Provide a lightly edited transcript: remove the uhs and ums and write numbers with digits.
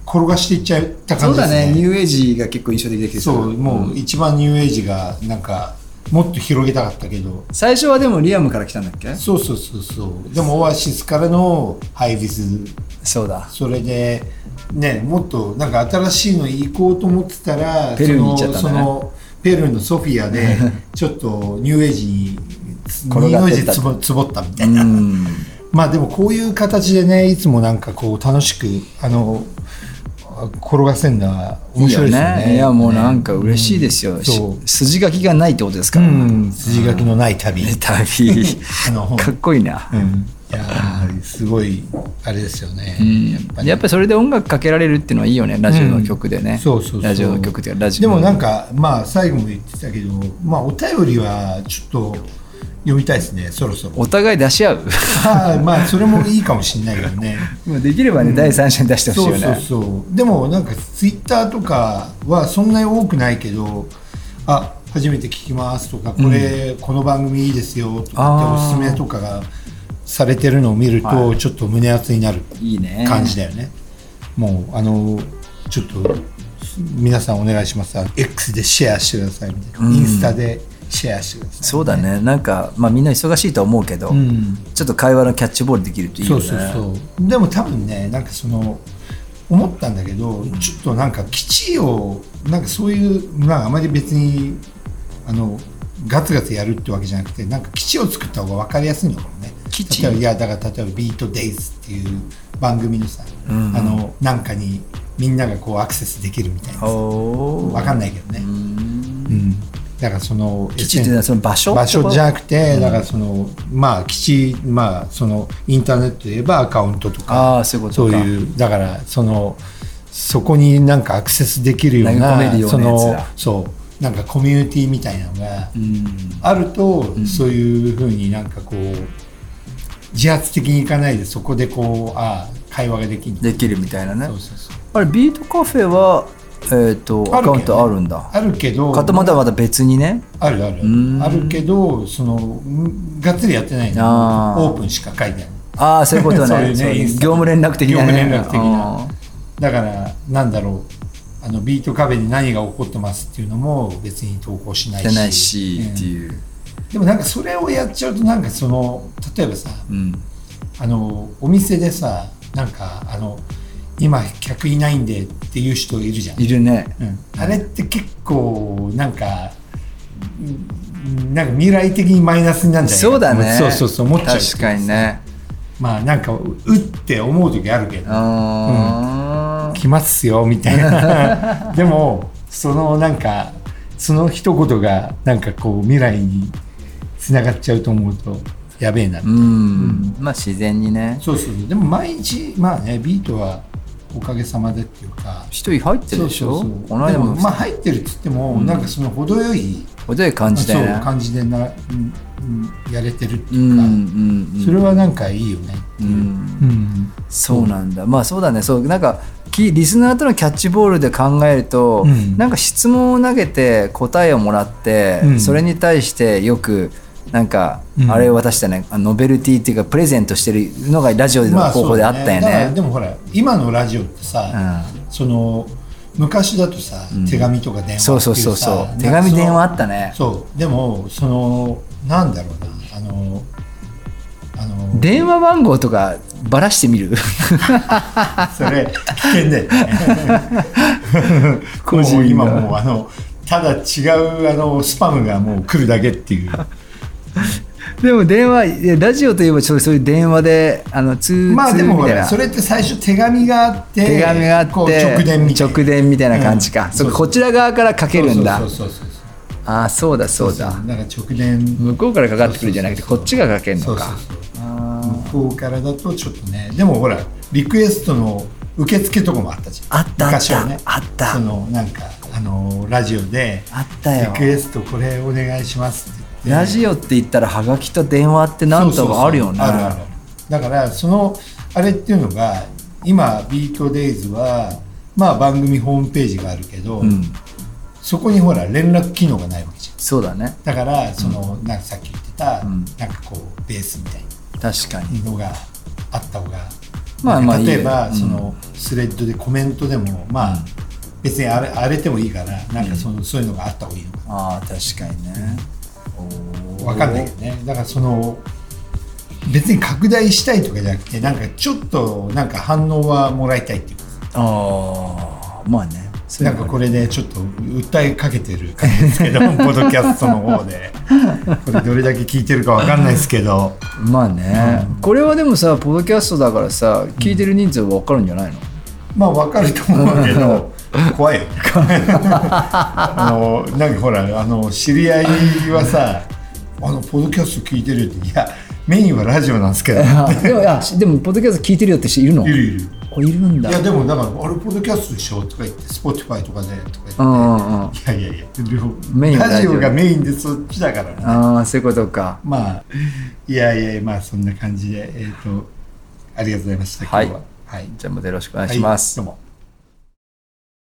転がしていっちゃった感じですね。 そうだね、ニューエイジが結構印象的できて、 そうもう一番ニューエイジがなんかもっと広げたかったけど、 最初はでもリアムから来たんだっけ？ そうでもオアシスからのハイビス、 そうだ、 それでね、もっとなんか新しいの行こうと思ってたらペルーに行っちゃったね。 そのペルーのソフィアでちょっとニューエイジに転がってったつぼったみたいな。まあでもこういう形でね、いつもなんかこう楽しく転がせるのは面白いですよね。 いやもうなんか嬉しいですよ、筋書きがないってことですから、 筋書きのない旅かっこいいな、 いやすごいあれですよね、 やっぱりそれで音楽かけられるっていうのはいいよね、ラジオの曲でね、ラジオの曲っていうかラジオでもなんかまあ最後も言ってたけど、まあお便りはちょっと読みたいですね、そろそろお互い出し合うまあそれもいいかもしれないけどねできればね、第三者に出してほしいよね。 そうでもなんかツイッターとかはそんなに多くないけど、あ初めて聞きますとか、この番組いいですよとかっておすすめとかがされてるのを見るとちょっと胸熱になる感じだよね。もうちょっと皆さんお願いします、X でシェアしてくださいみたいな、インスタでシェアしてください、 そうだね、なんか、まあ、みんな忙しいとは思うけど、ちょっと会話のキャッチボールできるといいよね。 でも多分ね、なんか思ったんだけど、ちょっとなんか基地をなんかそういうあまり別にガツガツやるってわけじゃなくて、なんか基地を作った方が分かりやすいのかもね。基地、いやだから例えばビートデイズっていう番組のさ、なんかにみんながこうアクセスできるみたいなさ、分かんないけどね。だから基地っていうのはその場所じゃなくて、だからまあ基地、まあインターネットで言えばアカウントとか、そういうだからそこになんかアクセスできるようなそうなんかコミュニティみたいなのがあると、そういうふうになんかこう自発的にいかないで、そこでこう会話ができるみたいなね。あれビートカフェはアカウントあるんだ。 あるけど、 かとまた別にね。 あるけど、がっつりやってないの。オープンしか書いてない。 そういうことね。業務連絡的なね。 だからなんだろう、ビートカフェに何が起こってますっていうのも別に投稿しないしっていう。 でもなんかそれをやっちゃうと、なんか例えばさ、お店でさ、なんか今客いないんでっていう人いるじゃん。 いるね、 あれって結構なんか未来的にマイナスになるんじゃないか。 そうだね。 そう思っちゃう。 確かにね。 まあなんかって思う時あるけど、来ますよみたいなでもなんかその一言がなんかこう未来につながっちゃうと思うとやべえな。 まあ自然にね。 でも毎日まあね、ビートはおかげさまでっていうか一人入ってるでしょ。 この間もまあ入ってるって言っても、なんか程よい感じでね、 感じでやれてるっていうか、それはなんかいいよね。 そうなんだ。まあそうだね。なんかリスナーとのキャッチボールで考えると、なんか質問を投げて答えをもらって、それに対してよくなんか、あれを渡したね、ノベルティっていうかプレゼントしてるのがラジオの方法であったよね。 でもほら今のラジオってさ、昔だとさ、手紙とか電話っていうさ、 手紙電話あったね。 でもなんだろうな、 電話番号とかばらしてみるそれ危険だよね今もうただ違うスパムがもう来るだけっていうでも電話、ラジオといえばそういう電話で通まあでもそれって最初手紙があってこう直電みたいな感じか。こちら側からかけるんだ。そうだなんか直電、 向こうからかかってくるんじゃなくてこっちがかけるのか。 向こうからだとちょっとね。でもほらリクエストの受付とかもあったじゃん。昔はね。 あった。 なんかラジオであったよ。 リクエストこれお願いしますって。 ラジオって言ったらハガキと電話って何とかあるよね。 ある。だからあれっていうのが今ビートデイズはまあ番組ホームページがあるけど、そこにほら連絡機能がないわけじゃん。 そうだね。 だからなんかさっき言ってた、なんかこうベースみたいな確かにのがあった方が例えばそのスレッドでコメントでもまあ別に荒れてもいいからなんかそういうのがあった方がいいのかな。 ああ確かにね。 分かんないけどね。だからその別に拡大したいとかじゃなくてなんかちょっとなんか反応はもらいたいっていうか。 ああまあね。 なんかこれでちょっと訴えかけてる感じですけどポッドキャストの方でこれどれだけ聞いてるか分かんないですけどまあね、これはでもさポッドキャストだからさ聞いてる人数分かるんじゃないの？ まあ分かると思うけど怖いよなんかほら知り合いはさポッドキャスト聞いてるっていやメインはラジオなんですけどでもポッドキャスト聞いてるよって人いるの？いるいるんだ。 いやでもだからあれポッドキャストでしょとか言って Spotify とかでとか言って、いやメインラジオがメインでそっちだからね。 ああそういうことか。 まあいやまあそんな感じでありがとうございました今日は。 はい、じゃあまたよろしくお願いします。 どうも。